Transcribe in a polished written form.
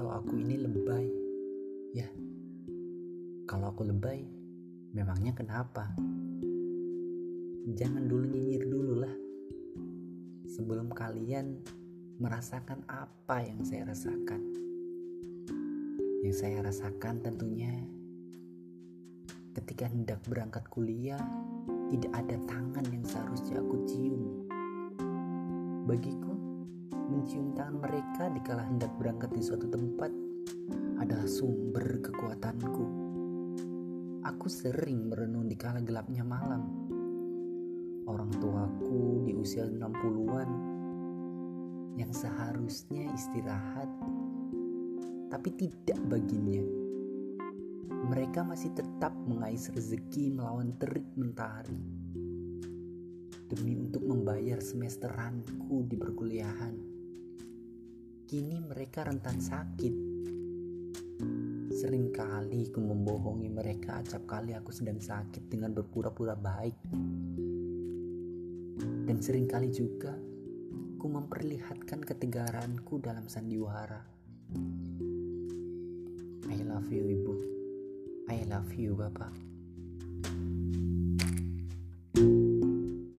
kalau aku ini lebay. Ya, kalau aku lebay, memangnya kenapa? Jangan dulu nyinyir dulu lah, sebelum kalian merasakan apa yang saya rasakan. Yang saya rasakan tentunya ketika hendak berangkat kuliah, tidak ada tangan yang seharusnya aku cium. Bagiku, mencium tangan mereka dikala hendak berangkat di suatu tempat adalah sumber kekuatanku. Aku sering merenung di kala gelapnya malam. Orang tuaku di usia 60-an yang seharusnya istirahat, tapi tidak baginya. Mereka masih tetap mengais rezeki melawan terik mentari demi untuk membayar semesteranku di perkuliahan. Kini mereka rentan sakit. Seringkali ku membohongi mereka acap kali aku sedang sakit dengan berpura-pura baik. Dan seringkali juga ku memperlihatkan ketegaranku dalam sandiwara. I love you ibu, I love you bapak.